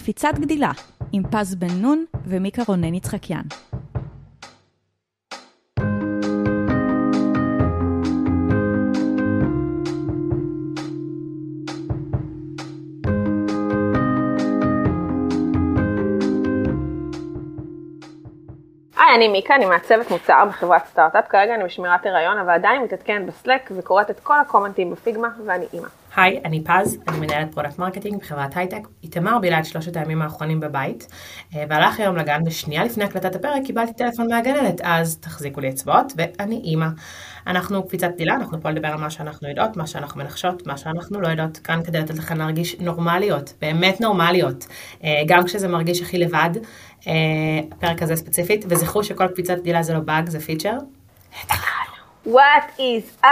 קפיצת גדילה עם פז בן נון ומיקה רונן יצחקיאן. אני מיקה, אני מעצבת מוצר בחברת סטארט-אפ, כרגע אני בשמירת הריון, אבל עדיין מתעדכנת בסלק וקוראת את כל הקומנטים בפיגמה, ואני אימא. היי, אני פז, אני מנהלת פרודקט מרקטינג בחברת הייטק. איתמר בילה את 3 הימים האחרונים בבית, והלך היום לגן, ושנייה לפני הקלטת הפרק קיבלתי טלפון מהגננת, אז תחזיקו לי אצבעות, ואני אימא. אנחנו קפיצת גדילה, אנחנו פה לדבר על מה שאנחנו יודעות, מה שאנחנו מנחשות, מה שאנחנו לא יודעות, כאן כדי לתת לכם להרגיש נורמליות, באמת נורמליות, גם כשזה מרגיש הכי לבד, הפרק הזה ספציפית, וזכרו שכל קפיצת גדילה זה לא באג, זה פיצ'ר. What is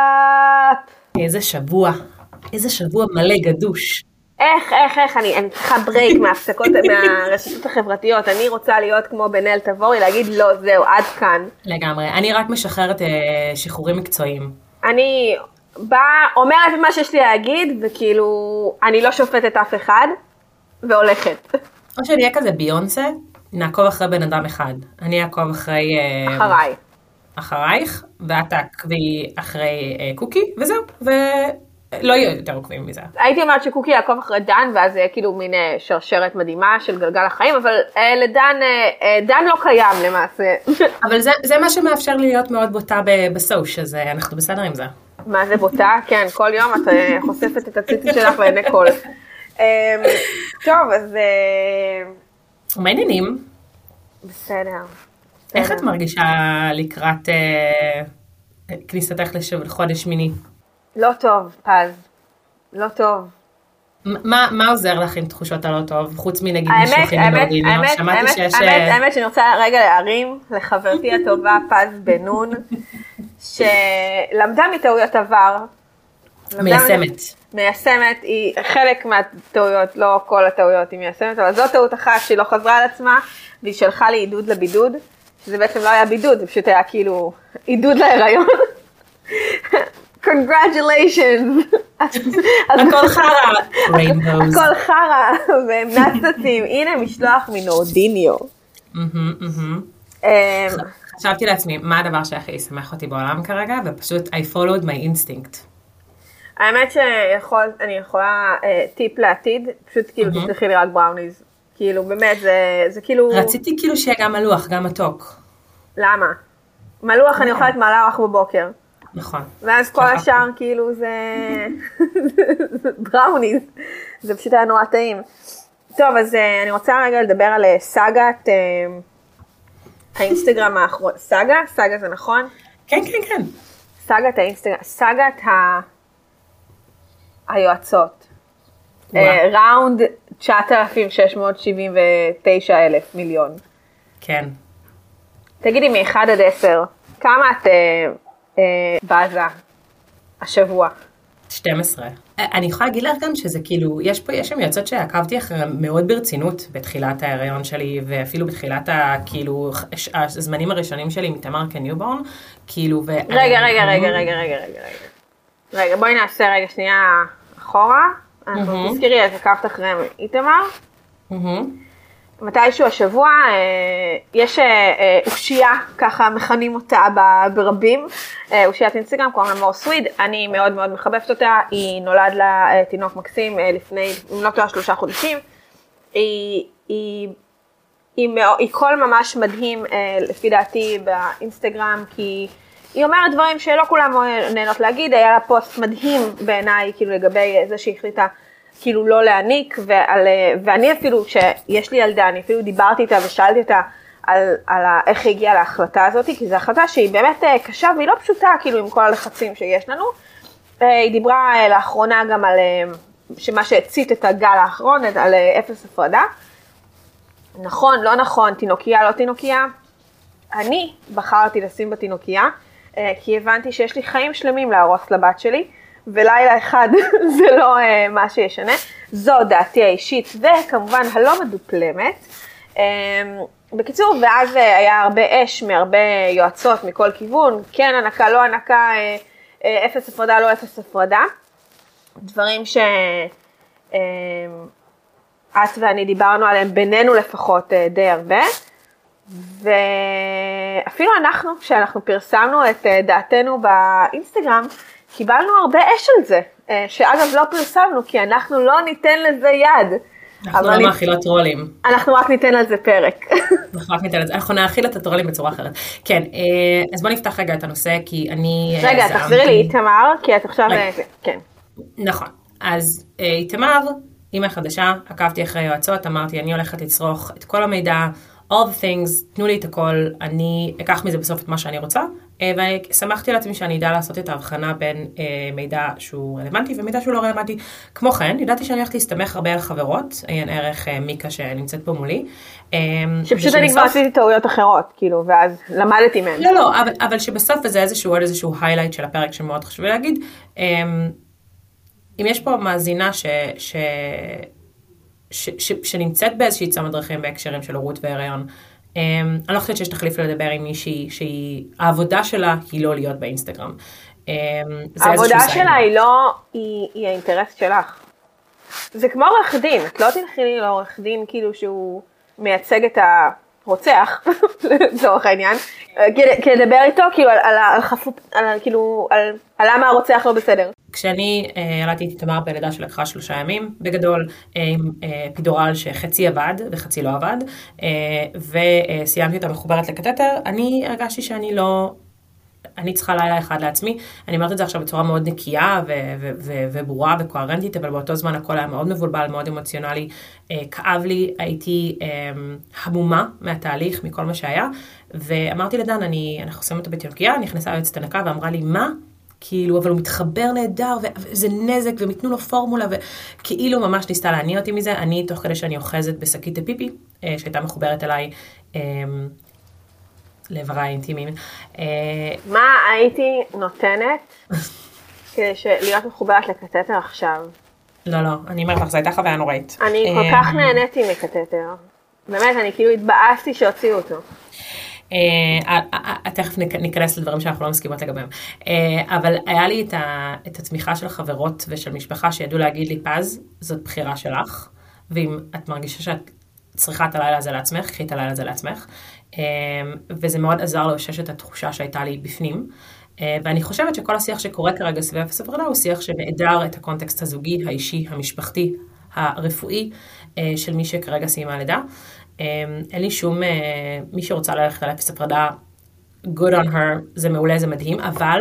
up? איזה שבוע מלא גדוש. איך, אני צריכה ברייק מההפסקות, מהרשתות החברתיות, אני רוצה להיות כמו בנאל תבורי, להגיד לא, זהו, עד כאן. לגמרי, אני רק משחררת שחרורים מקצועיים. אני אומרת את מה שיש לי להגיד, וכאילו, אני לא שופטת אף אחד, והולכת. או שאני אהיה כזה ביונסה, נעקוב אחרי בן אדם אחד. אני אעקוב אחרי... אחרייך, ואת תעקבי אחרי קוקי, וזהו, ולא יהיו יותר עוקבים מזה. הייתי אומרת שקוקי יעקוב אחרי דן, ואז זה כאילו מין שרשרת מדהימה של גלגל החיים, אבל דן לא קיים למעשה. אבל זה מה שמאפשר לי להיות מאוד בוטה בסוש, אז אנחנו בסדר עם זה. מה זה בוטה? כן, כל יום את חושפת את הציצים שלך לעיני כל. טוב, אז... מה העניינים? בסדר. איך את מרגישה לקראת כניסתך לחודש שמיני? לא טוב, פז. לא טוב. מה עוזר לך עם תחושות הלא טוב? חוץ מנגיד משלוחים ממרדיניות? שמעתי שיש... האמת שאני רוצה רגע להרים לחברתי הטובה פז בן נון, שלמדה מטעויות עבר. מיישמת, היא חלק מהטעויות, לא כל הטעויות היא מיישמת, אבל זו טעות אחת שהיא לא חזרה על עצמה, והיא שלחה לי עידוד לבידוד, שזה בעצם לא היה בידוד, זה פשוט היה כאילו עידוד להיריון. Congratulations. הכל חרה. הכל חרה, והם נצצים, הנה משלוח מנורדיניו. חשבתי לעצמי, מה הדבר שהכי ישמח אותי בעולם כרגע, ופשוט I followed my instinct. האמת שאני יכולה טיפ לעתיד, פשוט כאילו תשלחי לי רק בראוניז. כאילו באמת זה כאילו... רציתי כאילו שיהיה גם מלוח, גם מתוק. למה? מלוח אני אוכלת מלוח בבוקר. נכון. ואז כל השאר כאילו זה בראוניז. זה פשוט היה נורא טעים. טוב, אז אני רוצה רגע לדבר על סאגת האינסטגרם האחרון. סאגה זה נכון? כן. סאגת האינסטגרם, סאגת היועצות. ראונד 9,679,000 מיליון. כן. תגידי מ-1 עד 10, כמה את בזה השבוע? 12. אני יכולה להגיד לך גם שזה כאילו, יש שם יועצות שעקבתי אחריהן מאוד ברצינות בתחילת ההיריון שלי, ואפילו בתחילת כאילו, הזמנים הראשונים שלי מתמר כניובורן, כאילו, רגע, בואי נעשה רגע שנייה אחורה. תזכירי, את עקבת אחריהם איתמר. מתישהו השבוע יש אושייה, ככה מכנים אותה ברבים, אושיית אינסטגרם, קוראים לה מור סוויד, אני מאוד מאוד מחבבת אותה, היא נולד לה תינוק מקסים לפני, אם לא טועה 3 חודשים, היא קול ממש מדהים לפי דעתי באינסטגרם, כי היא אומרת דברים שלא כולם נהנות להגיד, היה לה פוסט מדהים בעיניי, כאילו לגבי זה שהיא החליטה, כאילו לא להעניק, ואני אפילו, שיש לי ילדה, אני אפילו דיברתי איתה ושאלתי אותה על איך היא הגיעה להחלטה הזאת, כי זו החלטה שהיא באמת קשה והיא לא פשוטה, כאילו עם כל הלחצים שיש לנו. היא דיברה לאחרונה גם על שמה שהצית את הגל האחרון, על 0 הפרדה. נכון, לא נכון, תינוקיה, לא תינוקיה. אני בחרתי לשים בתינוקיה, כי הבנתי שיש לי חיים שלמים להרוס לבת שלי, ולילה אחד זה לא מה שישנה. זו דעתי האישית, וכמובן הלא מדופלמת. בקיצור, ואז היה הרבה אש מהרבה יועצות מכל כיוון, כן הנקה, לא הנקה, 0 הפרדה, לא 0 הפרדה. דברים את ואני דיברנו עליהם בינינו לפחות די הרבה, ואפילו אנחנו, כשאנחנו פרסמנו את דעתנו באינסטגרם, קיבלנו הרבה אש על זה, שאגב לא פרסמנו, כי אנחנו לא ניתן לזה יד. אנחנו לא מאכילות טרולים. אנחנו רק ניתן על זה פרק. אנחנו נאכיל את הטרולים בצורה אחרת. כן, אז בוא נפתח רגע את הנושא, כי אני... רגע, תחזירי לי איתמר, כי את עכשיו... כן. נכון. אז איתמר, אמא חדשה, עקבתי אחרי יועצות, אמרתי, אני הולכת לצרוך את כל המידע, all the things, תנו לי את הכל, אני אקח מזה בסוף את מה שאני רוצה, ושמחתי לעצמי שאני אדע לעשות את ההבחנה בין מידע שהוא רלוונטי ומידע שהוא לא רלוונטי. כמו כן, ידעתי שאני הולכת להסתמך הרבה על חברות, עיין ערך מיקה שנמצאת פה מולי. שפשוט אני כבר עשיתי טעויות אחרות, כאילו, ואז למדתי מהן. לא, אבל שבסוף זה איזשהו highlight של הפרק שמאוד חשוב להגיד. אם יש פה מאזינה שנמצאת באיזושהי צומת דרכים בהקשרים של הורות והיריון, אני לא חושבת שיש תחליף לדבר עם מישהי העבודה שלה היא לא להיות באינסטגרם. העבודה שלה היא האינטרס שלך. זה כמו עורך דין, את לא תלכי לי לעורך דין כאילו שהוא מייצג את הרוצח, לצורך העניין, כדבר איתו כאילו על למה הרוצח לא בסדר. כשאני ילדתי את איתמר בלידה שלקחה 3 ימים, בגדול עם פידורל שחצי עבד וחצי לא עבד, וסיימתי אותה מחוברת לקטטר, אני הרגשתי שאני לא... אני צריכה לילה אחד לעצמי, אני אומרת את זה עכשיו בצורה מאוד נקייה וברורה וקוהרנטית, אבל באותו זמן הכל היה מאוד מבולבל, מאוד אמוציונלי, כאב לי, הייתי המומה מהתהליך, מכל מה שהיה, ואמרתי לדן, אנחנו עושים אותו בתינוקיה, נכנסה ליועצת הנקה ואמרה לי, מה? כאילו, אבל הוא מתחבר נהדר, וזה נזק, ומתנו לו פורמולה, וכאילו ממש ניסתה להניע אותי מזה, אני תוך כדי שאני אוחזת בשקית הפיפי, שהייתה מחוברת אליי, לעבריי אינטימיים. מה הייתי נותנת כדי להיות מחוברת לקטטר עכשיו? לא, אני אומרת לך, זו הייתה חוויה נוראית. אני כל כך נהניתי מקטטר. באמת, אני כאילו התבאסתי שהוציאו אותו. תכף ניכנס לדברים שאנחנו לא מסכימות לגביהם. אבל היה לי את התמיכה של חברות ושל משפחה שידעו להגיד לי, פז, זאת בחירה שלך, ואם את מרגישה שאת צריכה את הלילה הזה לעצמך, קחי את הלילה הזה לעצמך. וזה מאוד עזר לאושש את התחושה שהייתה לי בפנים. ואני חושבת שכל השיח שקורה כרגע סביב אפס הפרדה הוא שיח שנעדר את הקונטקסט הזוגי, האישי, המשפחתי, הרפואי של מי שכרגע סיימה לידה. אין לי שום, מי שרוצה ללכת על אפס הפרדה, good on her, זה מעולה, זה מדהים, אבל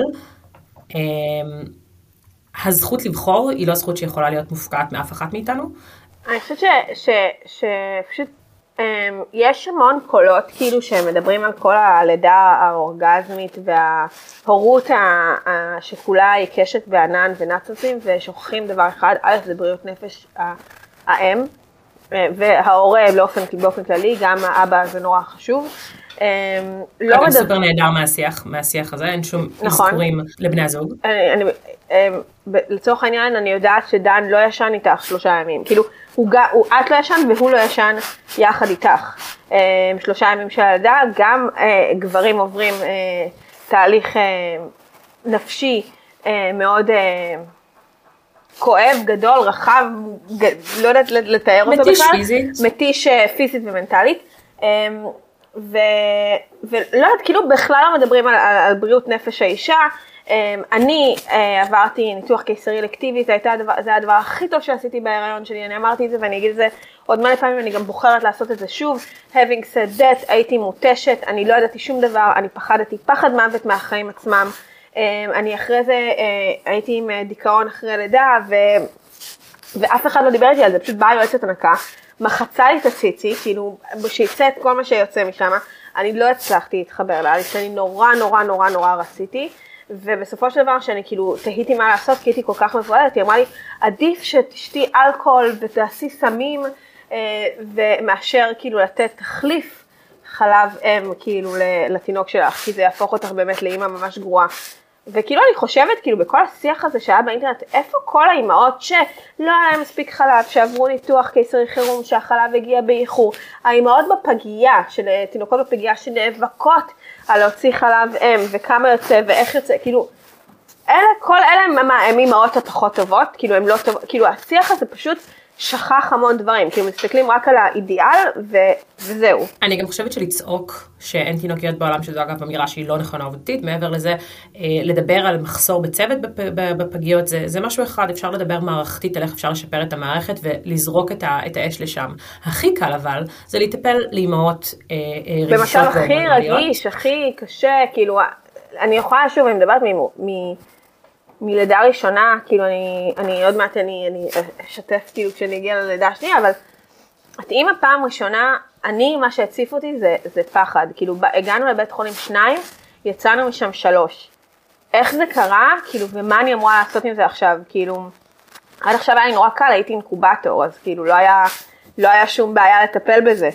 הזכות לבחור היא לא זכות שיכולה להיות מופקעת מאף אחת מאיתנו. אני חושבת שפשוט יש המון קולות כאילו שמדברים על כל הלידה האורגזמית וההורות שכולה היא קשת בענן ונצוצים, ושוכחים דבר אחד, א' זה בריאות נפש האם, וההורה באופן כללי, גם האבא זה נורא חשוב. אגב, סופר נהדר מהשיח הזה, אין שום אזכורים לבני הזוג. לצורך העניין, אני יודעת שדן לא ישן איתך 3 ימים, כאילו, את לא ישן והוא לא ישן יחד איתך. 3 ימים של הלידה, גם גברים עוברים תהליך נפשי מאוד כואב, גדול, רחב, לא יודעת לתאר אותו בכלל. מתיש פיזית. מתיש פיזית ומנטלית. ולא יודעת, כאילו בכלל לא מדברים על בריאות נפש האישה. אני עברתי ניתוח קיסרי אלקטיבי, זה היה הדבר הכי טוב שעשיתי בהיריון שלי, אני אמרתי את זה ואני אגיד את זה עוד מלא פעמים, אני גם בוחרת לעשות את זה שוב. Having said that, הייתי מוטשת, אני לא ידעתי שום דבר, אני פחדתי פחד מוות מהחיים עצמם. אני אחרי זה הייתי עם דיכאון אחרי לידה, ואף אחד לא דיבר איתי על זה, פשוט באה יועצת הנקה, מחצה לי את הציצי, כאילו, שיצא את כל מה שיוצא משם, אני לא הצלחתי להתחבר לה, שאני נורא רציתי, ובסופו של דבר שאני כאילו תהיתי מה לעשות, כי הייתי כל כך מבועלת, היא אמרה לי, עדיף שתשתי אלכוהול ותעשי סמים, ומאשר כאילו לתת תחליף חלב אם כאילו לתינוק שלך, כי זה יהפוך אותך באמת לאמא ממש גרועה. וכאילו אני חושבת, כאילו בכל השיח הזה שהיה באינטרנט, איפה כל האימהות שלא היה להם מספיק חלב, שעברו ניתוח קיסרי חירום, שהחלב הגיע באיחור, האימהות בפגייה, של תינוקות בפגייה שנאבקות על להוציא חלב אם, וכמה יוצא ואיך יוצא, כאילו, כל אלה הם אימהות הפחות טובות, כאילו הם לא טובות, כאילו השיח הזה פשוט שכח המון דברים, כאילו מסתכלים רק על האידיאל וזהו. אני גם חושבת שלצעוק שאין תינוקיות בעולם, שזו אגב אמירה שהיא לא נכונה עובדתית, מעבר לזה, לדבר על מחסור בצוות בפגיות, זה משהו אחד, אפשר לדבר מערכתית על איך אפשר לשפר את המערכת ולזרוק את האש לשם. הכי קל אבל, זה לטפל לאמהות רגישות. במצב הכי רגיש, הכי קשה, כאילו, אני יכולה שוב, אני מדברת מלידה ראשונה, כאילו אני עוד מעט אני אשתף כאילו כשאני אגיע ללידה השנייה, אבל את אימא פעם ראשונה, מה שהציף אותי זה פחד, כאילו הגענו לבית חולים 2, יצאנו משם 3. איך זה קרה, כאילו, ומה אני אמורה לעשות עם זה עכשיו, כאילו, עד עכשיו היה לי נורא קל, הייתי אינקובטור, אז כאילו לא היה שום בעיה לטפל בזה,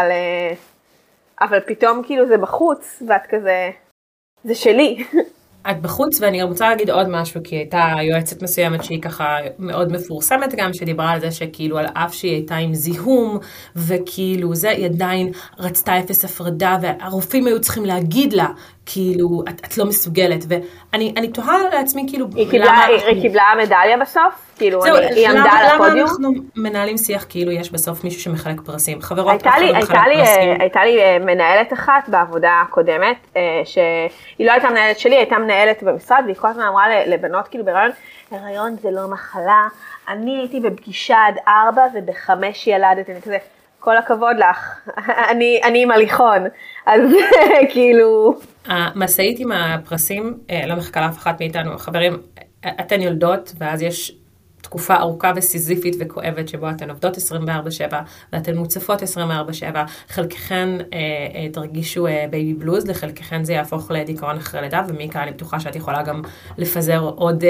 אבל פתאום כאילו זה בחוץ, ואת כזה, זה שלי. את בחוץ, ואני רוצה להגיד עוד משהו, כי הייתה יועצת מסוימת שהיא ככה מאוד מפורסמת גם, שדיברה על זה שכאילו על אף שהיא הייתה עם זיהום, וכאילו זה, היא עדיין רצתה אפס הפרדה, והרופאים היו צריכים להגיד לה, כאילו, את לא מסוגלת, ואני תוהה לעצמי, כאילו, היא קיבלה מדליה בסוף? כאילו, היא עמדה על הפודיום? למה אנחנו מנהלים שיח, כאילו יש בסוף מישהו שמחלק פרסים? חברות, הייתה לי מנהלת אחת בעבודה הקודמת, שהיא לא הייתה מנהלת שלי, הייתה מנהלת במשרד, והיא כל הזמן אמרה לבנות, כאילו, בהיריון זה לא מחלה, אני הייתי בפגישה עד 4 וב5 ילדתי, אני כזה, כל הכבוד לך, אני עם הליכון, אז כאילו... המסעית עם הפרסים, לא מחכה לאף אחת מאיתנו, חברים, אתן יולדות, ואז יש תקופה ארוכה וסיזיפית וכואבת, שבו אתן עובדות 24/7, ואתן מוצפות 24/7, חלקכן תרגישו בייבי בלוז, לחלקכן זה יהפוך לדיכאון אחרי לידה, ומיקה, אני בטוחה שאת יכולה גם לפזר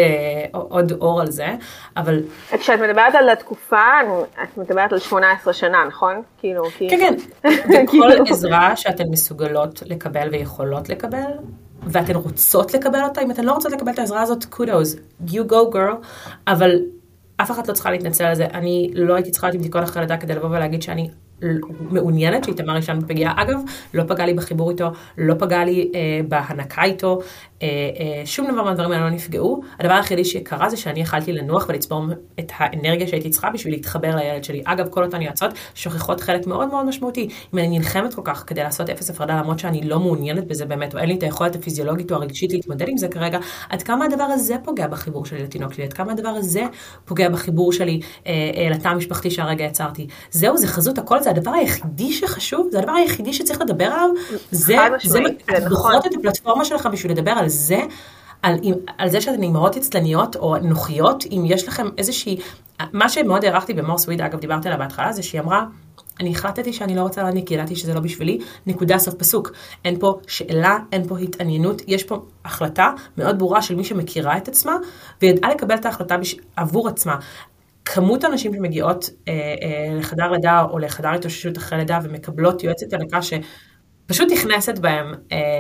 עוד אור על זה, אבל... כשאת מדברת על התקופה, את מדברת על 18 שנה, נכון? כאילו, כן, וכל עזרה שאתן מסוגלות לקבל ויכולות לקבל, ואתן רוצות לקבל אותה, אם אתן לא רוצות לקבל את העזרה הזאת, kudos, you go girl, אבל אף אחת לא צריכה להתנצל על זה, אני לא הייתי צריכה להיות עם דיכאון אחרי לידה כדי לבוא ולהגיד שאני מעוניינת שאיתמר ראשון בפגיעה, אגב, לא פגע לי בחיבור איתו, לא פגע לי בהנקה איתו, שום דבר מהדברים האלה לא נפגעו, הדבר היחידי שקרה זה שאני יכלתי לנוח ולצבור את האנרגיה שהייתי צריכה בשביל להתחבר לילד שלי, אגב, כל אותן יועצות שוכחות חלק מאוד מאוד משמעותי, אם אני נלחמת כל כך כדי לעשות אפס הפרדה, למרות שאני לא מעוניינת בזה באמת, או אין לי את היכולת הפיזיולוגית או הרגשית להתמודד עם זה כרגע, עד כמה הדבר הזה פוגע בחיבור שלי לתינוק שלי, עד כמה הדבר הזה פוגע בחיבור שלי לתא המשפחתי שהרגע יצרתי, זהו, זה חזות הכל, זה הדבר היחידי שחשוב, זה הדבר היחידי שצריך לדבר עליו, זה בוחרות את הפלטפורמה שלך בשביל לדבר על זה, על זה שאתן אימהות עצלניות או נוחיות, אם יש לכם איזושהי, מה שמאוד הערכתי במור סוויד, אגב דיברתי עליה בהתחלה, זה שהיא אמרה, אני החלטתי שאני לא רוצה להניק, ידעתי שזה לא בשבילי, נקודה סוף פסוק. אין פה שאלה, אין פה התעניינות, יש פה החלטה מאוד ברורה של מי שמכירה את עצמה, וידעה לקבל את ההחלטה עבור עצמה. כמות האנשים שמגיעות לחדר לידה או לחדר התאוששות אחרי לידה ומקבלות יועצת הנקה שפשוט נכנסת בהם,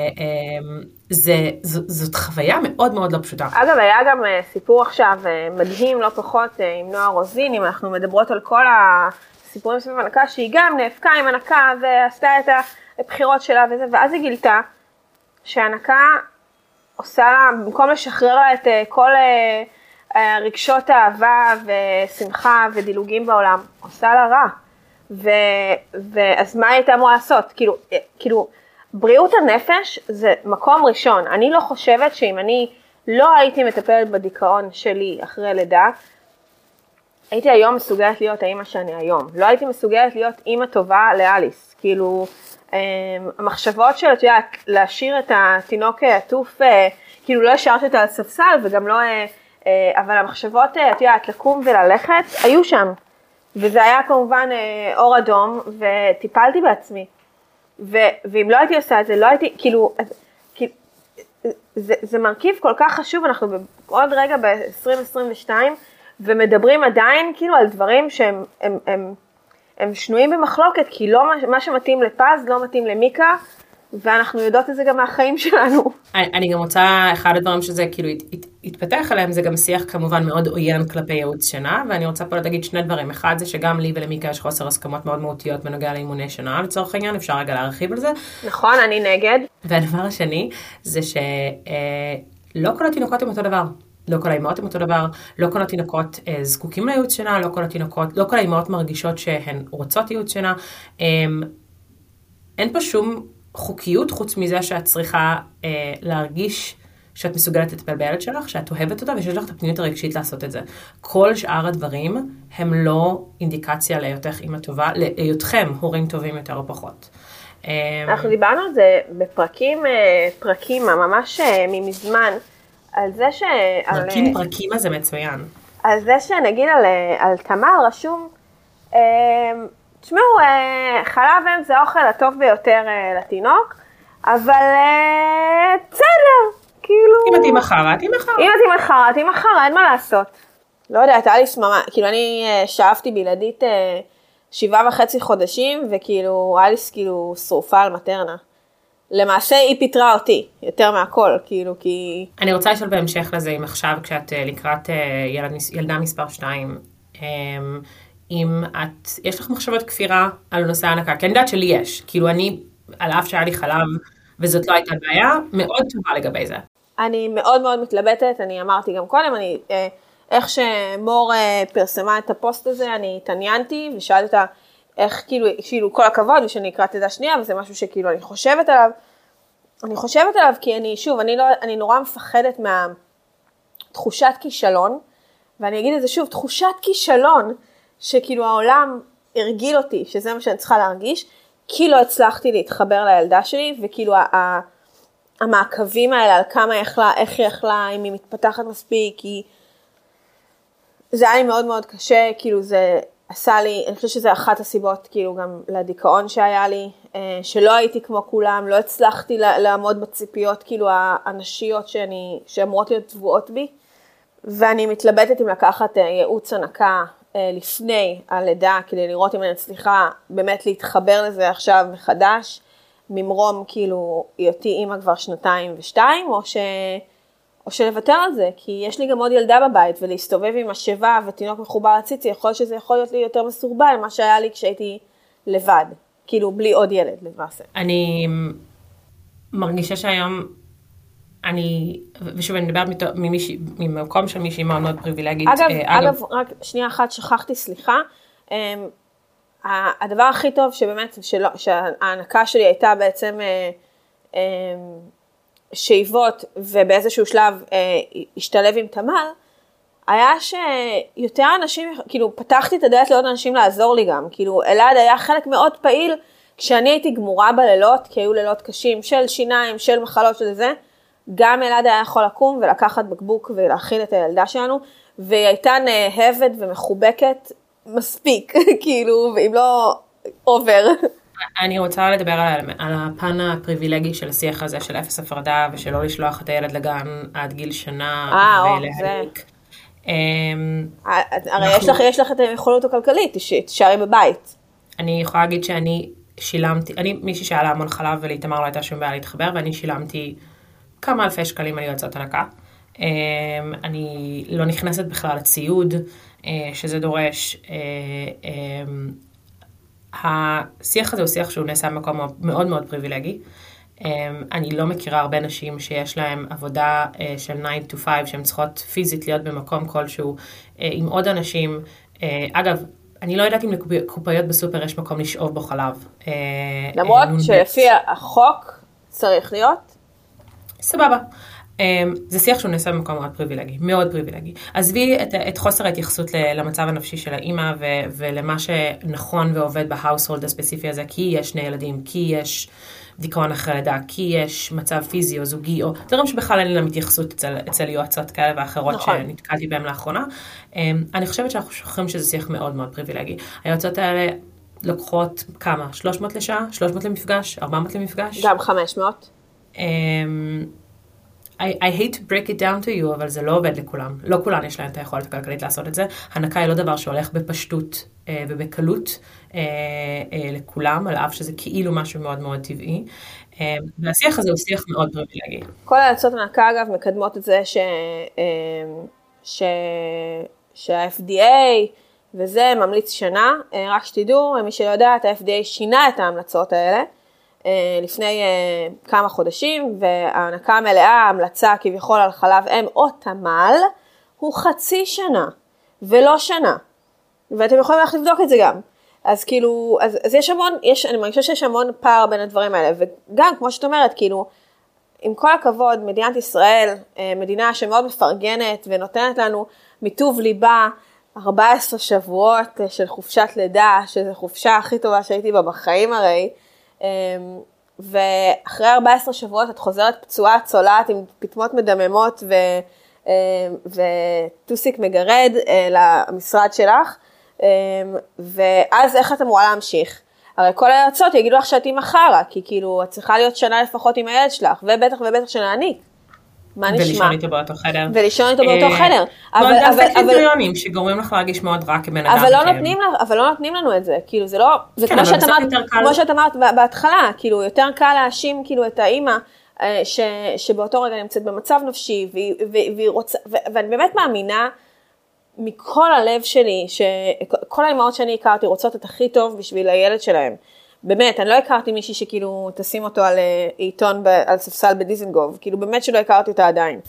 זאת חוויה מאוד מאוד לא פשוטה. אגב, היה גם סיפור עכשיו מדהים לא פחות עם נועה רוזין, אם אנחנו מדברות על כל הסיפורים סביב הנקה, שהיא גם נאבקה עם הנקה ועשתה את הבחירות שלה וזה, ואז היא גילתה שהנקה עושה לה, במקום לשחרר לה את כל... רגשות אהבה ושמחה ודילוגים בעולם, עושה לה רע. ואז מה הייתה אמורה לעשות? כאילו, בריאות הנפש זה מקום ראשון. אני לא חושבת שאם אני לא הייתי מטפלת בדיכאון שלי אחרי לידה, הייתי היום מסוגלת להיות האמא שאני היום. לא הייתי מסוגלת להיות אמא טובה לאליס. כאילו, המחשבות של, להשאיר את התינוק עטוף, כאילו לא השארת אותה על ספסל וגם לא... אבל המחשבות, את יודעת, לקום וללכת, היו שם. וזה היה כמובן אור אדום, וטיפלתי בעצמי. ואם לא הייתי עושה את זה, לא הייתי, כאילו, זה מרכיב כל כך חשוב, אנחנו עוד רגע ב-2022, ומדברים עדיין כאילו על דברים שהם שנויים במחלוקת, כי לא מה שמתאים לפז, לא מתאים למיקה, ואנחנו יודעות את זה גם מהחיים שלנו. אני גם רוצה, אחד הדברים שזה כאילו התפתח עליהם, זה גם שיח כמובן מאוד עוין כלפי ייעוץ שינה, ואני רוצה פה להגיד שני דברים. אחד זה שגם לי ולמיקה יש חוסר הסכמות מאוד מהותיות בנוגע לאימוני שינה, לצורך העניין, אפשר רגע להרחיב על זה. נכון, אני נגד. והדבר השני זה שלא כל התינוקות הם אותו דבר. לא כל האימהות הם אותו דבר, לא כל התינוקות זקוקים לייעוץ שינה, לא כל האימהות מרגישות שהן רוצות ייעוץ שינה. אין פה שום חוקיות חוץ מזה שאת צריכה להרגיש שאת מסוגלת לטפל בילד שלך, שאת אוהבת אותה ושיש לך את הפניות הרגשית לעשות את זה. כל שאר הדברים הם לא אינדיקציה להיותך אימא טובה, להיותכם הורים טובים יותר או פחות. אנחנו דיברנו על זה בפרקים ממש מזמן, על זה ש... פרקים זה מצוין. על זה שנגיד על תמר רשום, תשמעו, חלב אם זה האוכל הטוב ביותר לתינוק, אבל בסדר, כאילו... אם את אימא חרא, את אימא חרא. אם את אימא חרא, אין מה לעשות. לא יודעת, היה לי סממה, כאילו אני שאפתי בילדית 7.5 חודשים, וכאילו היה לי כאילו שרופה על מטרנה. למעשה היא פיתרה אותי, יותר מהכל, כאילו כי... אני רוצה לשאול בהמשך לזה, אם עכשיו כשאת לקראת ילדה מספר 2, אם יש לך מחשבות כפירה על נושא ההנקה, כי אני יודעת שלי יש, כאילו אני, על אף שהיה לי חלב, וזאת לא הייתה בעיה, מאוד טובה לגבי זה. אני מאוד מאוד מתלבטת, אני אמרתי גם קודם, איך שמור פרסמה את הפוסט הזה, אני התעניינתי ושאלתי אותה, איך כאילו כל הכבוד, ושאני אקרא את ידה שנייה, וזה משהו שכאילו אני חושבת עליו, כי אני נורא מפחדת מהתחושת כישלון, ואני אגיד את זה שוב, תחושת כישלון, שכאילו העולם הרגיל אותי, שזה מה שאני צריכה להרגיש, כי לא הצלחתי להתחבר לילדה שלי, וכאילו המעקבים האלה על כמה היא יכלה, איך היא יכלה, אם היא מתפתחת מספיק, כי זה היה לי מאוד מאוד קשה, כאילו זה עשה לי, אני חושבת שזה אחת הסיבות, כאילו גם לדיכאון שהיה לי, שלא הייתי כמו כולם, לא הצלחתי לעמוד בציפיות, כאילו האנשיות שאמורות להיות טבועות בי, ואני מתלבטת אם לקחת ייעוץ הנקה לפני הלידה, כדי לראות אם אני הצליחה באמת להתחבר לזה עכשיו מחדש, ממרום כאילו היותי אימא כבר 2.2, או שלוותר על זה, כי יש לי גם עוד ילדה בבית, ולהסתובב עם השבע ותינוק מחובר לציצי, יכול שזה יכול להיות לי יותר מסורבל, מה שהיה לי כשהייתי לבד, כאילו בלי עוד ילד למעשה. אני מרגישה שהיום, ושוב אני מדברת ממקום של מישהי מאוד מאוד פריבילגית. אגב, רק שנייה אחת שכחתי, סליחה, הדבר הכי טוב שבאמת, שההנקה שלי הייתה בעצם שאיבות, ובאיזשהו שלב השתלב עם תמר, היה שיותר אנשים, כאילו פתחתי את הדלת לעוד אנשים לעזור לי גם, כאילו אלעד היה חלק מאוד פעיל, כשאני הייתי גמורה בלילות, כי היו לילות קשים של שיניים, של מחלות של זה, גם אלעד היה יכול לקום ולקחת בקבוק ולהכיל את הילדה שלנו, והיא הייתה נאהבת ומחובקת מספיק, כאילו, ואם לא עובר. אני רוצה לדבר על הפן הפריבילגי של השיח הזה, של אפס הפרדה, ושלא לשלוח את הילד לגן עד גיל שנה, ולהליק. הרי יש לך את היכולות הכלכלית, תשארי בבית. אני יכולה להגיד שאני שילמתי, מישהי שאלה המון חלב, ולהתאמר לא הייתה שום בעיה להתחבר, ואני שילמתי כמה אלפי שקלים על יועצות הנקה. אני לא נכנסת בכלל לציוד, שזה דורש. השיח הזה הוא שיח שהוא נעשה במקום מאוד מאוד פריבילגי. אני לא מכירה הרבה נשים שיש להם עבודה של 9 to 5, שהן צריכות פיזית להיות במקום כלשהו, עם עוד אנשים. אגב, אני לא יודעת אם לקופאיות בסופר יש מקום לשאוב בו חלב. למרות שלפי החוק צריך להיות. סבבה. זה שיח שהוא נעשה במקום מאוד פריבילגי, מאוד פריבילגי. עזבי את חוסר ההתייחסות למצב הנפשי של האמא, ולמה שנכון ועובד בהאוסהולד הספציפי הזה, כי יש 2 ילדים, כי יש דיכאון אחרי לידה, כי יש מצב פיזי או זוגי, או דברים שבכלל אין להם התייחסות אצל יועצות כאלה ואחרות נכון. שנתקלתי בהם לאחרונה. אני חושבת שאנחנו שוכחים שזה שיח מאוד מאוד פריבילגי. היועצות האלה לוקחות כמה? 300 לשעה? 300 למפגש? 400 למפגש? גם 500. I hate to break it down to you, אבל זה לא עובד לכולם. לא כולן יש להן את היכולת הכלכלית לעשות את זה. הנקה היא לא דבר שהולך בפשטות ובקלות לכולם, על אף שזה כאילו משהו מאוד מאוד טבעי. והשיח הזה הוא שיח מאוד פריבילגי. כל היועצות הנקה, אגב, מקדמות את זה שה-FDA וזה ממליץ שנה. רק שתדעו, מי שלא יודע, ה-FDA שינה את ההמלצות האלה. לפני כמה חודשים, וההנקה המלאה, ההמלצה כביכול על חלב אם או תמל, הוא חצי שנה, ולא שנה. ואתם יכולים לך לבדוק את זה גם. אז כאילו, אז יש המון, אני מרגישה שיש המון פער בין הדברים האלה, וגם, כמו שאת אומרת, כאילו, עם כל הכבוד, מדינת ישראל, מדינה שמאוד מפרגנת, ונותנת לנו מטוב ליבה, 14 שבועות של חופשת לידה, שזו חופשה הכי טובה שהייתי בה בחיים הרי, ואחרי 14 שבועות את חוזרת פצועה צולעת עם פטמות מדממות וטוסיק מגרד למשרד שלך, ואז איך את אמורה להמשיך? הרי כל היועצות יגידו לך שאת עם החרה, כי כאילו את צריכה להיות שנה לפחות עם הילד שלך, ובטח שנעניק. מה נשמע? ולישון איתו באותו חדר. ולישון איתו באותו חדר. אבל דווקא קריטריונים שגורמים לך להרגיש מאוד רע כבן אדם. אבל לא נותנים לנו את זה. כאילו זה לא, זה כמו שאת אמרת בהתחלה, כאילו יותר קל להאשים כאילו את האמא, שבאותו רגע נמצאת במצב נפשי, והיא רוצה, ואני באמת מאמינה, מכל הלב שלי, שכל האימהות שאני הכרתי רוצות את הכי טוב בשביל הילד שלהם. באמת, אני לא הכרתי מישהי שכאילו תשים אותו על עיתון, על ספסל בדיזנגוף, כאילו באמת שלא הכרתי אותה עדיין.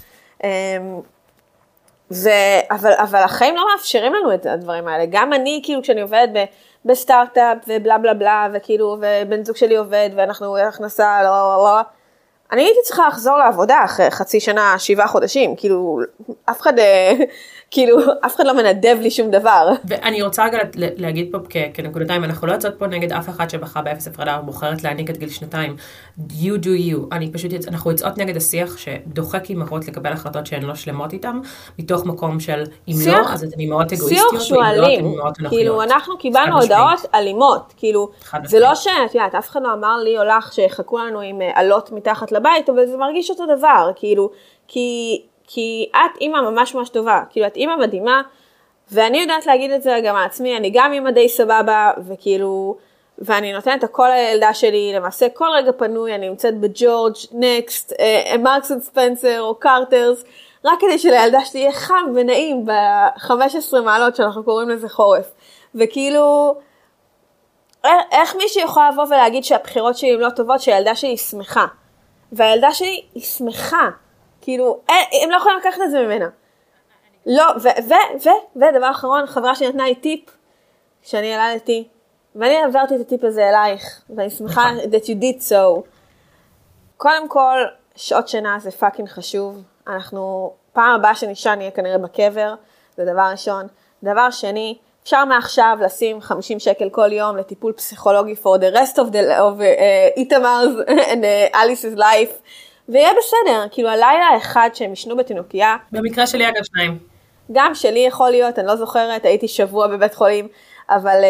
אבל החיים לא מאפשרים לנו את הדברים האלה. גם אני, כאילו, כשאני עובדת בסטארט-אפ ובלה בלה בלה, וכאילו, ובן זוג שלי עובד, ואנחנו הכנסה, לא, אני הייתי צריכה לחזור לעבודה אחרי חצי שנה, 7 חודשים, כאילו, אף אחד לא מנדב לי שום דבר. ואני רוצה רגע להגיד פה כנקודתיים, אנחנו לא יוצאות פה נגד אף אחד שבחרה באפס הפרדה, ובוחרת להעניק את גיל 2. You do you. אנחנו יוצאות נגד השיח שדוחק אימהות לקבל החלטות שהן לא שלמות איתן, מתוך מקום של, אם לא, אז אתן אימהות אגואיסטיות, שיח שהוא אלים. כאילו, אנחנו קיבלנו הודעות אלימות. כאילו, זה לא שאת יודעת, אף אחד לא אמר לי או לך שיחכו לנו עם עלות מתחת לבית, אבל זה מרגיש אותו דבר, כאילו, כי את אימא ממש ממש טובה, כאילו את אימא מדהימה, ואני יודעת להגיד את זה גם על עצמי, אני גם אימא די סבבה, וכאילו, ואני נותנת הכל לילדה שלי, למעשה כל רגע פנוי, אני נמצאת בג'ורג', נקסט, מרקס אנד ספנסר או קארטרס, רק כדי שלילדה שלי יהיה חם ונעים ב-15 מעלות שאנחנו קוראים לזה חורף, וכאילו, איך מישהו יכול לבוא ולהגיד שהבחירות שלי הן לא טובות, שהילדה שלי היא שמחה, והילדה שלי היא שמחה, כאילו, הם לא יכולים לקחת את זה ממנה. לא, ודבר אחרון, חברה שנתנה לי טיפ, שאני ילדתי, ואני עברתי את הטיפ הזה אלייך, ואני שמחה that you did so. קודם כל, שעות שינה זה פאקינג חשוב. אנחנו, פעם הבאה שנשן נהיה כנראה בקבר, זה דבר ראשון. דבר שני, אפשר מעכשיו לשים 50 שקל כל יום לטיפול פסיכולוגי for the rest of Itamar's and Alice's life, ויהיה בסדר, כאילו הלילה האחד שהם ישנו בתינוקיה. במקרה שלי אגב 2. גם שלי יכול להיות, אני לא זוכרת, הייתי שבוע בבית חולים, אבל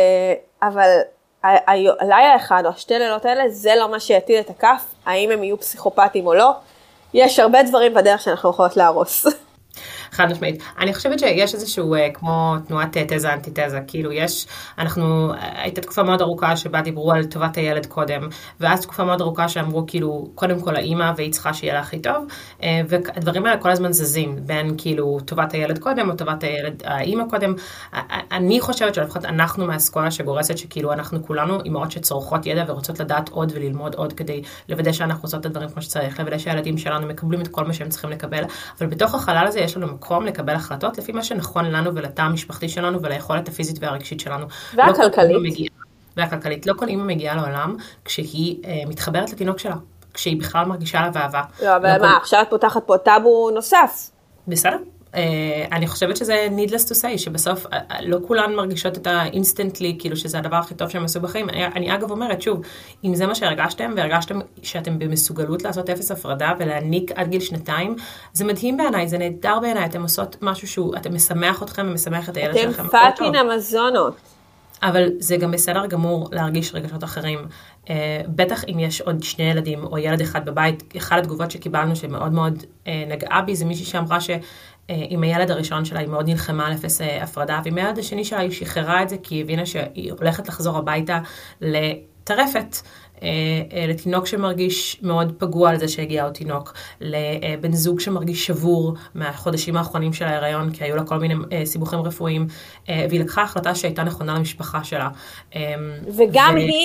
הלילה האחד או 2 לילות האלה, זה לא מה שיטיל את הכף, האם הם יהיו פסיכופטים או לא. יש הרבה דברים בדרך שאנחנו יכולות להרוס. חד משמעית. אני חושבת שיש איזשהו כמו תנועת תזה אנטיתזה, כאילו הייתה תקופה מאוד ארוכה שבה דיברו על טובת הילד קודם, ואז תקופה מאוד ארוכה שאמרו כאילו קודם כל האמא והיא צריכה שיהיה לה הכי טוב, והדברים האלה כל הזמן זזים, בין כאילו טובת הילד קודם או טובת האמא קודם. אני חושבת שלפחות אנחנו מהאסכולה שגורסת שכאילו אנחנו כולנו אימהות שצורכות ידע ורוצות לדעת עוד וללמוד עוד כדי לוודא שאנחנו עושות את הדברים כמו שצריך, לוודא שהילדים שלנו מקבלים את כל מה שהם צריכים לקבל, אבל בתוך החלל הזה יש לנו מקום לקבל החלטות לפי מה שנכון לנו ולתא המשפחתי שלנו וליכולת הפיזית והרגשית שלנו. והכלכלית. לא כל אימא מגיעה לעולם כשהיא מתחברת לתינוק שלה, כשהיא בכלל מרגישה לה ואהבה. לא, אבל מה, עכשיו את פותחת פה טאבו נוסף. בסדר? אני חושבת שזה needless to say, שבסוף לא כולן מרגישות את האינסטנטלי, כאילו שזה הדבר הכי טוב שהם עשו בחיים. אני אגב אומרת, שוב, אם זה מה שהרגשתם, והרגשתם שאתם במסוגלות לעשות אפס הפרדה, ולהעניק עד גיל 2, זה מדהים בעיניי, זה נהדר בעיניי, אתם עושות משהו שהוא, אתם משמח אתכם ומשמח את הילד שלכם. אתם פאקינג המזונות. אבל זה גם בסדר גמור להרגיש רגשות אחרים. בטח אם יש עוד 2 ילדים או ילד אחד בבית, אחד התגובות שקיבלנו שמאוד מאוד נגעה בי, זה מישהי שאמרה עם הילד הראשון שלה היא מאוד נלחמה על אפס הפרדה, ועם הילד השני שלה היא שחררה את זה, כי היא הבינה שהיא הולכת לחזור הביתה לטרפת, לתינוק שמרגיש מאוד פגוע על זה שהגיע עוד תינוק, לבן זוג שמרגיש שבור מהחודשים האחרונים של ההיריון, כי היו לה כל מיני סיבוכים רפואיים, והיא לקחה החלטה שהייתה נכונה למשפחה שלה. וגם היא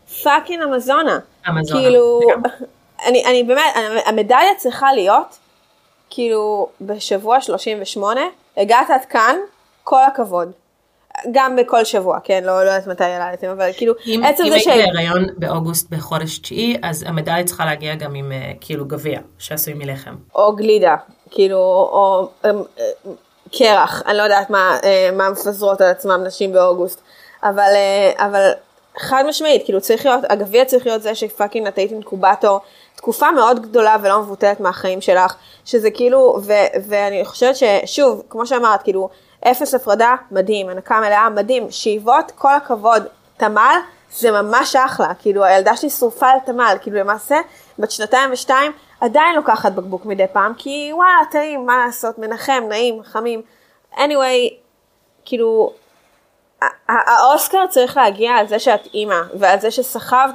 פאקינג אמזונה. אמזונה. כאילו, אני באמת, המדליה צריכה להיות, כאילו, בשבוע 38, הגעת עד כאן, כל הכבוד. גם בכל שבוע, כן, לא יודעת מתי ילדתם, אבל כאילו, עצם זה אם הייתי בהיריון באוגוסט בחודש 9, אז המדליה צריכה להגיע גם עם כאילו גביע, שעשוי מלחם. או גלידה, כאילו, או קרח, אני לא יודעת מה מפזרות על עצמם נשים באוגוסט, אבל חד משמעית, כאילו צריך להיות, הגביע צריך להיות זה שפאקינג נתית אינקובטור, תקופה מאוד גדולה ולא מבוטלת מהחיים שלך, שזה כאילו, ואני חושבת ששוב, כמו שאמרת, כאילו, 0 הפרדה, מדהים, הנקה מלאה, מדהים, שאיבות, כל הכבוד, תמל, זה ממש אחלה, כאילו, הילדה שלי שרופה על תמל, כאילו, למעשה, בת 2 עדיין לוקחת בקבוק מדי פעם, כי וואלה, טעים, מה לעשות, מנחם, נעים, חמים, anyway, כאילו, האוסקר צריך להגיע על זה שאת אימא, ועל זה שסחבת,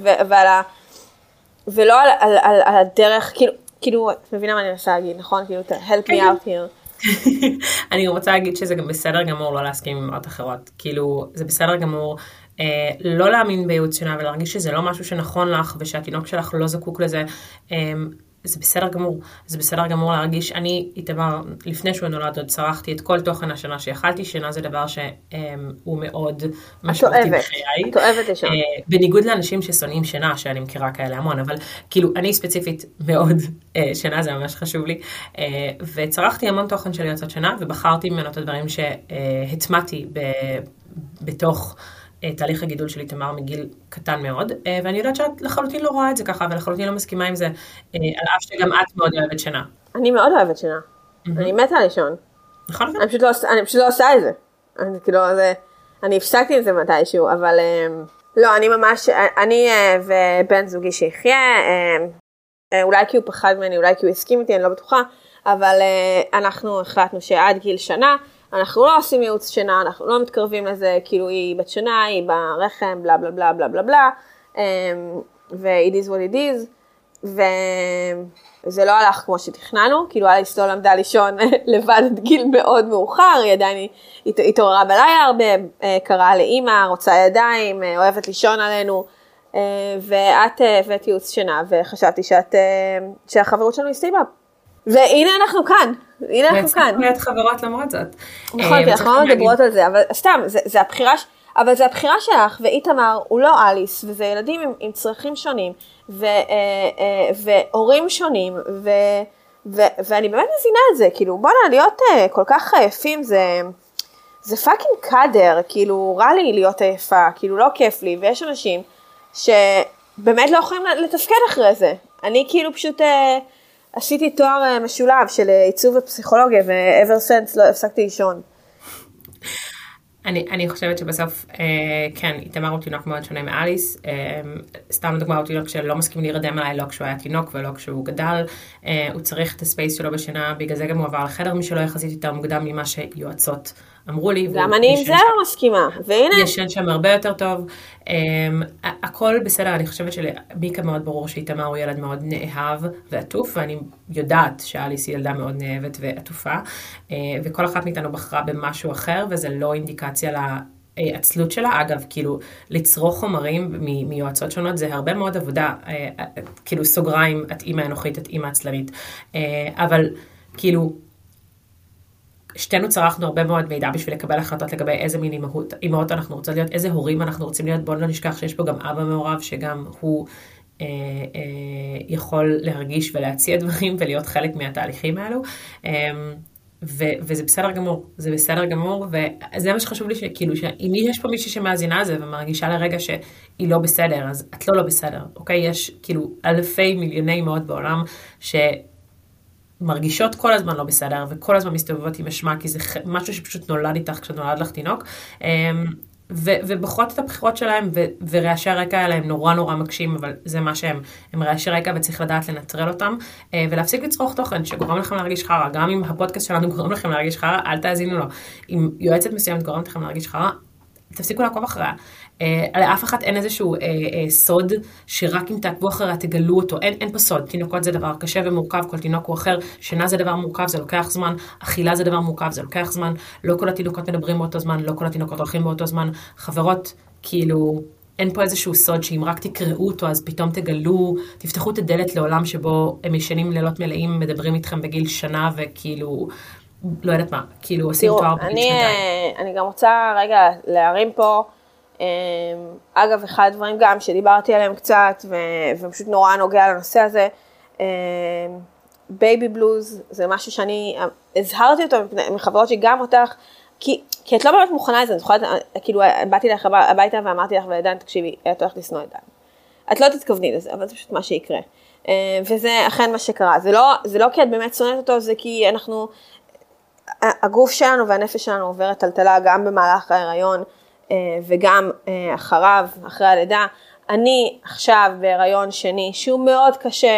ולא על הדרך, כאילו, את מבינה מה אני מנסה להגיד, נכון? כאילו, help me out here. אני רוצה להגיד שזה גם בסדר גמור לא להסכים עם אמרות אחרות, כאילו, זה בסדר גמור לא להאמין בייעוץ שינה, ולהרגיש שזה לא משהו שנכון לך, ושהתינוק שלך לא זקוק לזה, זה בסדר גמור, זה בסדר גמור להרגיש, אני, איתמר, לפני שהוא נולד, עוד צרכתי את כל תוכן השינה שיכלתי, שינה זה דבר שהוא מאוד משמעותי בחיי. את אוהבת לשם. בניגוד לאנשים ששונאים שינה, שאני מכירה כאלה המון, אבל כאילו, אני ספציפית מאוד, שינה זה ממש חשוב לי, וצרכתי המון תוכן של יועצות שינה, ובחרתי ממנו את הדברים שהטמעתי בתוך תהליך הגידול של איתמר מגיל קטן מאוד, ואני יודעת שאת לחלוטין לא רואה את זה ככה, ולחלוטין לא מסכימה עם זה, על אף שגם את מאוד אוהבת שינה. אני מאוד אוהבת שינה. אני מתה לישון. נכון? אני פשוט לא עושה את זה. אני הפסקתי את זה מתישהו, אבל לא, אני ממש, אני ובן זוגי שיחיה, אולי כי הוא פחד ממני, אולי כי הוא הסכים איתי, אני לא בטוחה, אבל אנחנו החלטנו שעד גיל שנה, אנחנו לא עושים ייעוץ שינה, אנחנו לא מתקרבים לזה, כאילו היא בת שנה, היא ברחם, בלה בלה בלה בלה בלה בלה, ו-it is what it is, וזה לא הלך כמו שתכננו, כאילו אליס לא למדה לישון לבד עד גיל מאוד מאוחר, היא עדיין התעוררה בלילה הרבה, קראה לאמא, רוצה ידיים, אוהבת לישון עלינו, ואת הבאת ייעוץ שינה, וחשבתי שהחברות שלנו הסתיימה. והנה אנחנו כאן, והצלחנו להיות חברות למרות זאת. נכון, כי אנחנו לא מדברות על זה, אבל סתם, זה הבחירה שלך, ואיתמר הוא לא אליס, וזה ילדים עם צרכים שונים, והורים שונים, ואני באמת מבינה את זה, כאילו, בוא להיות כל כך עייפים, זה פאקינג קדר, כאילו, רע לי להיות עייפה, כאילו, לא כיף לי, ויש אנשים שבאמת לא יכולים לתפקד אחרי זה. אני כאילו פשוט עשיתי תואר משולב של עיצוב ופסיכולוגיה, ו-ever since לא הפסקתי לישון. אני חושבת שבסוף, כן, איתמר הוא תינוק מאוד שונה מאליס, סתם דוגמה הוא תינוק שלא מסכים להירדם עליי, לא כשהוא היה תינוק ולא כשהוא גדל, הוא צריך את הספייס שלו בשינה, בגלל זה גם הוא עבר לחדר משלו יחסית יותר מוקדם ממה שיועצות אמרו לי. גם אני עם זה לא מסכימה, והנה. ישן שם הרבה יותר טוב, הכל בסדר, אני חושבת שבעיקר מאוד ברור שאיתמר הוא ילד מאוד נאהב ועטוף, ואני יודעת שאליס היא ילדה מאוד נאהבת ועטופה, וכל אחת מאיתנו בחרה במשהו אחר, וזה לא אינדיקציה לעצלות שלה. אגב, כאילו, לצרוך חומרים מיועצות שונות, זה הרבה מאוד עבודה, כאילו סוגריים, את אימא אנוכית, את אימא עצלנית, אבל כאילו, שתינו צרכנו הרבה מאוד מידע בשביל לקבל החלטות לגבי איזה מין אימהות אנחנו רוצים להיות, איזה הורים אנחנו רוצים להיות. בואו לא נשכח שיש פה גם אבא מעורב, שגם הוא יכול להרגיש ולהציע דברים ולהיות חלק מהתהליכים האלו, וזה בסדר גמור, זה בסדר גמור, וזה מה שחשוב לי, שכאילו, אם יש פה מישהי שמאזינה על זה ומרגישה לרגע שהיא לא בסדר, אז את לא בסדר, אוקיי? יש כאילו אלפי מיליוני אימהות בעולם מרגישות כל הזמן לא בסדר, וכל הזמן מסתובבות עם אשמה, כי זה משהו שפשוט נולד איתך כשנולד לך תינוק, ובוחרות את הבחירות שלהם, ורעשי הרקע האלה הם נורא נורא מקשים, אבל זה מה שהם, הם רעשי רקע, וצריך לדעת לנטרל אותם, ולהפסיק לצרוך תוכן שגורם לכם להרגיש חרא. גם אם הפודקאסט שלנו גורם לכם להרגיש חרא, אל תאזינו לו. אם יועצת מסוימת גורמת לכם להרגיש חרא, תפסיקו לעקוב אחריה. לאף אחד אין איזשהו סוד שרק אם תעקבו אחריה תגלו אותו. אין פה סוד. תינוקות זה דבר קשה ומורכב, כל תינוק הוא אחר. שינה זה דבר מורכב, זה לוקח זמן. אכילה זה דבר מורכב, זה לוקח זמן. לא כל התינוקות מדברים באותו זמן, לא כל התינוקות הולכים באותו זמן. חברות, כאילו, אין פה איזשהו סוד שאם רק תקראו אותו, אז פתאום תפתחו את הדלת לעולם שבו הם ישנים לילות מלאים, מדברים איתכם בגיל שנה, וכאילו, לא יודעת מה, כאילו עושים תואר בגיל שנתיים. אני גם רוצה רגע להרים פה, אגב, אחד הדברים גם שדיברתי עליהם קצת, ופשוט נורא נוגע לנושא הזה, בייבי בלוז, זה משהו שאני הזהרתי אותו מחברות שגם אותך, כי את לא באמת מוכנה לזה, אני זוכרת, כאילו, באתי לך הביתה ואמרתי לך, ודן, תקשיבי, את הולכת לשנוא את דן. את לא תתכווני לזה, אבל זה פשוט מה שיקרה. וזה אכן מה שקרה. זה לא כי את באמת שונאת אותו, זה כי הגוף שלנו והנפש שלנו עוברת טלטלה גם במהלך ההיריון, וגם אחריו, אחרי הלידה. אני עכשיו בהיריון שני, שהוא מאוד קשה,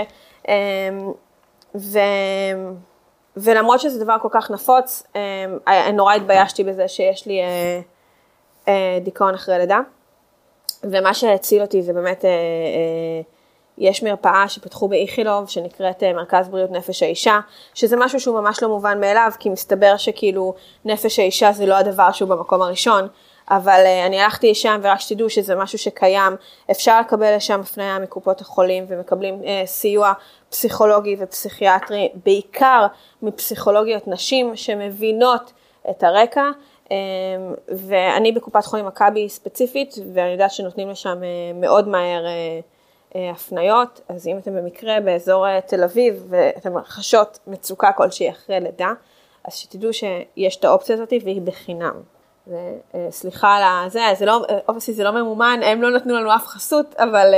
ולמרות שזה דבר כל כך נפוץ, נורא התביישתי בזה שיש לי דיכאון אחרי לידה, ומה שהציל אותי זה באמת, יש מרפאה שפתחו באיכילוב, שנקראת מרכז בריאות נפש האישה, שזה משהו שהוא ממש לא מובן מאליו, כי מסתבר שכאילו נפש האישה זה לא הדבר שהוא במקום הראשון, אבל אני הלכתי לשם ורק שתדעו שזה משהו שקיים, אפשר לקבל לשם הפניה מקופות החולים, ומקבלים סיוע פסיכולוגי ופסיכיאטרי, בעיקר מפסיכולוגיות נשים שמבינות את הרקע, ואני בקופת חולים מכבי ספציפית, ואני יודעת שנותנים לשם מאוד מהר הפניות, אז אם אתם במקרה באזור תל אביב, ואתם חשות מצוקה כלשהי אחרי לידה, אז שתדעו שיש את האופציה הזאת והיא בחינם. סליחה על זה, זה לא ממומן, הם לא נתנו לנו אף חסות,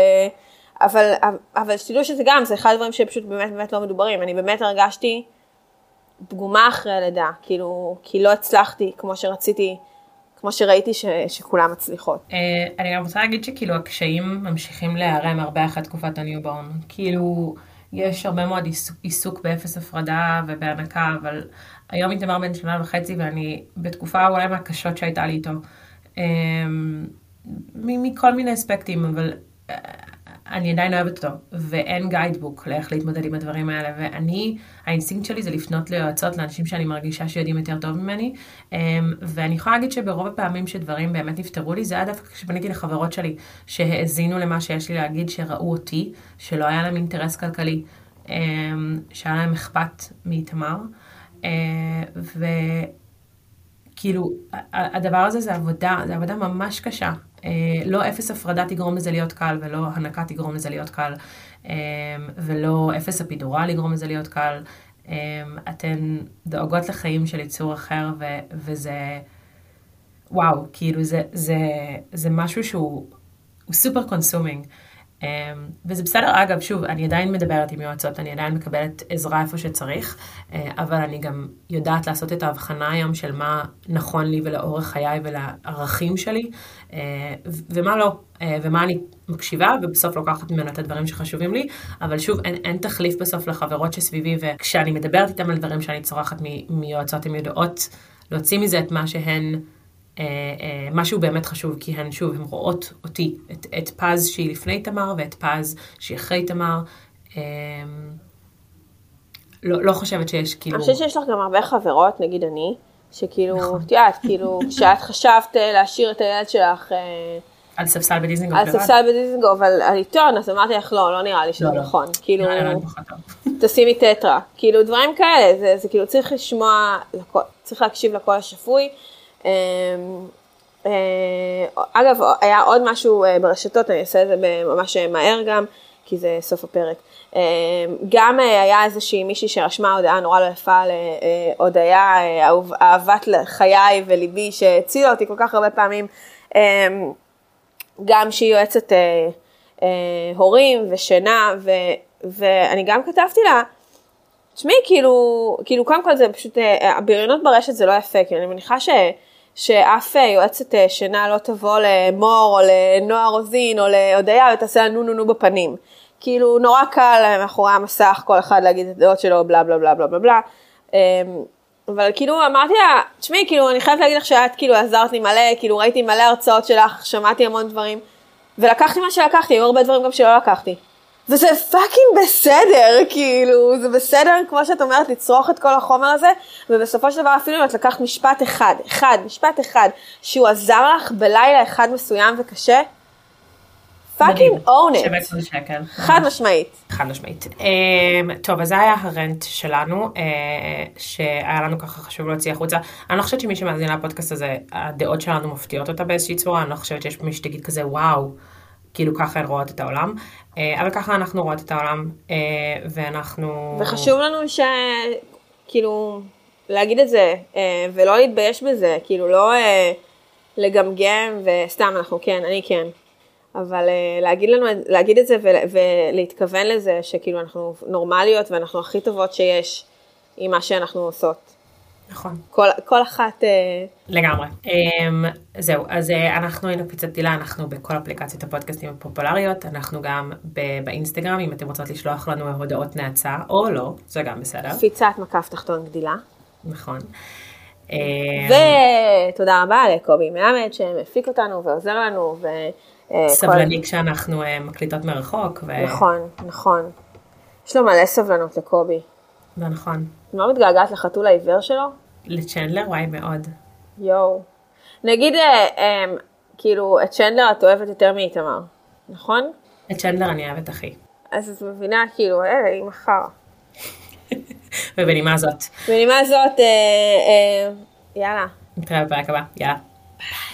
אבל שתדעו שזה גם, זה אחד הדברים שפשוט באמת לא מדוברים. אני באמת הרגשתי פגומה אחרי הלידה, כאילו, כי לא הצלחתי כמו שרציתי, כמו שראיתי שכולם מצליחות. אני גם רוצה להגיד שכאילו הקשיים ממשיכים להיערם הרבה אחרי תקופת הניובורן. כאילו, יש הרבה מאוד עיסוק באפס הפרדה ובהנקה, אבל היום איתמר בן 1.5 ואני בתקופה אולי מהקשות שהייתה לי איתו. מכל מיני אספקטים, אבל אני עדיין אוהבת אותו, ואין גיידבוק לאיך להתמודד עם הדברים האלה, האינסטינקט שלי זה לפנות ליועצות, לאנשים שאני מרגישה שיודעים יותר טוב ממני, ואני יכולה להגיד שברוב הפעמים שדברים באמת נפתרו לי, זה היה דווקא כשפניתי לחברות שלי, שהאזינו למה שיש לי להגיד, שראו אותי, שלא היה להם אינטרס כלכלי, שהיה להם אכפת מאיתמר, וכאילו, הדבר הזה זה עבודה ממש קשה, לא אפס הפרדה תגרום לזה להיות קל, ולא הנקה תגרום לזה להיות קל, ולא אפס אפידורל יגרום לזה להיות קל. אתן דואגות לחיים של יצור אחר, וזה, וואו, כאילו זה משהו שהוא סופר קונסומינג. וזה בסדר, אגב, שוב, אני עדיין מדברת עם יועצות, אני עדיין מקבלת עזרה איפה שצריך, אבל אני גם יודעת לעשות את ההבחנה היום של מה נכון לי ולאורך חיי ולערכים שלי, ומה לא, ומה אני מקשיבה, ובסוף לוקחת ממנו את הדברים שחשובים לי, אבל שוב, אין תחליף בסוף לחברות שסביבי, וכשאני מדברת איתם על דברים שאני צורכת מיועצות, הן יודעות להוציא מזה את מה שהן, משהו באמת חשוב, כי הן שוב, הן רואות אותי, את פז שהיא לפני תמר, ואת פז שהיא אחרי תמר. לא חושבת שיש כאילו... אני חושבת שיש לך גם הרבה חברות, נגיד אני, שכאילו, תיאת, כאילו, כשאת חשבת להשאיר את הילד שלך... על ספסל בדיזנגוף. על ספסל בדיזנגוף, על עיתון, אז אמרתי לך, לא נראה לי שזה נכון. כאילו, תשימי טטרה. כאילו, דברים כאלה, זה כאילו צריך לשמוע, צריך להקשיב לכל השפוי. אגב, היה עוד משהו ברשתות, אני אעשה את זה ממש מהר גם, כי זה סוף הפרק. גם היה איזושהי מישהי שרשמה הודעה נורא לא יפה להודעה, אהבת חיי וליבי, שהצילה אותי כל כך הרבה פעמים, גם שהיא יועצת הורים ושינה, ואני גם כתבתי לה, תשמעי, כאילו קודם כל זה פשוט, הבריונות ברשת זה לא יפה, כי אני מניחה שאף יועצת שינה לא תבוא למור או לנועה רוזין או להודיה ותעשה לה נו בפנים. כאילו נורא קל מאחורי המסך כל אחד להגיד את הדעות שלו בלה בלה בלה בלה בלה בלה. אבל כאילו אמרתי לה, תשמעי, כאילו אני חייבת להגיד לך שאת כאילו עזרת לי מלא, כאילו ראיתי מלא הרצאות שלך, שמעתי המון דברים, ולקחתי מה שלקחתי, היו הרבה דברים גם שלא לקחתי. וזה פאקינג בסדר, כאילו, זה בסדר, כמו שאת אומרת, לצרוך את כל החומר הזה, ובסופו של דבר אפילו אם את לקחת משפט אחד, שהוא עזר לך בלילה אחד מסוים וקשה, fucking own it. שווה כל שקל. חד משמעית. חד משמעית. טוב, אז זה היה הרנט שלנו, שהיה לנו ככה חשוב להוציא החוצה. אני לא חושבת שמי שמאזין לפודקאסט הזה, הדעות שלנו מפתיעות אותה באיזושהי צורה, אני לא חושבת שיש מי שתגיד כזה, וואו, כאילו ככה הן רואות את העולם, אבל ככה אנחנו רואות את העולם, ואנחנו... וחשוב לנו כאילו, להגיד את זה, ולא להתבייש בזה, כאילו לא לגמגם, וסתם אנחנו כן, אני כן. אבל להגיד את זה ולהתכוון לזה שכאילו אנחנו נורמליות ואנחנו הכי טובות שיש עם מה שאנחנו עושות. נכון. כל אחת... לגמרי. זהו, אז אנחנו היינו קפיצת טילה, אנחנו בכל אפליקציות הפודקאסטים הפופולריות, אנחנו גם באינסטגרם, אם אתם רוצות לשלוח לנו הודעות נאצה, או לא, זה גם בסדר. קפיצת מקף תחתון גדילה. נכון. ותודה רבה לקובי מלמד שמפיק אותנו ועוזר לנו סבלני כשאנחנו מקליטות מרחוק. נכון. יש לו מלא סבלנות לקובי. נכון. מאוד מתגעגעת לחתול העיוור שלו? לצ'נדלר, וואי מאוד. יואו. נגיד, כאילו, את צ'נדלר את אוהבת יותר מאיתמר, נכון? את צ'נדלר אני אוהבת הכי. אז את מבינה, כאילו, היא מחר. ובנימה זאת. יאללה. נתראה בפרק הבא, יאללה.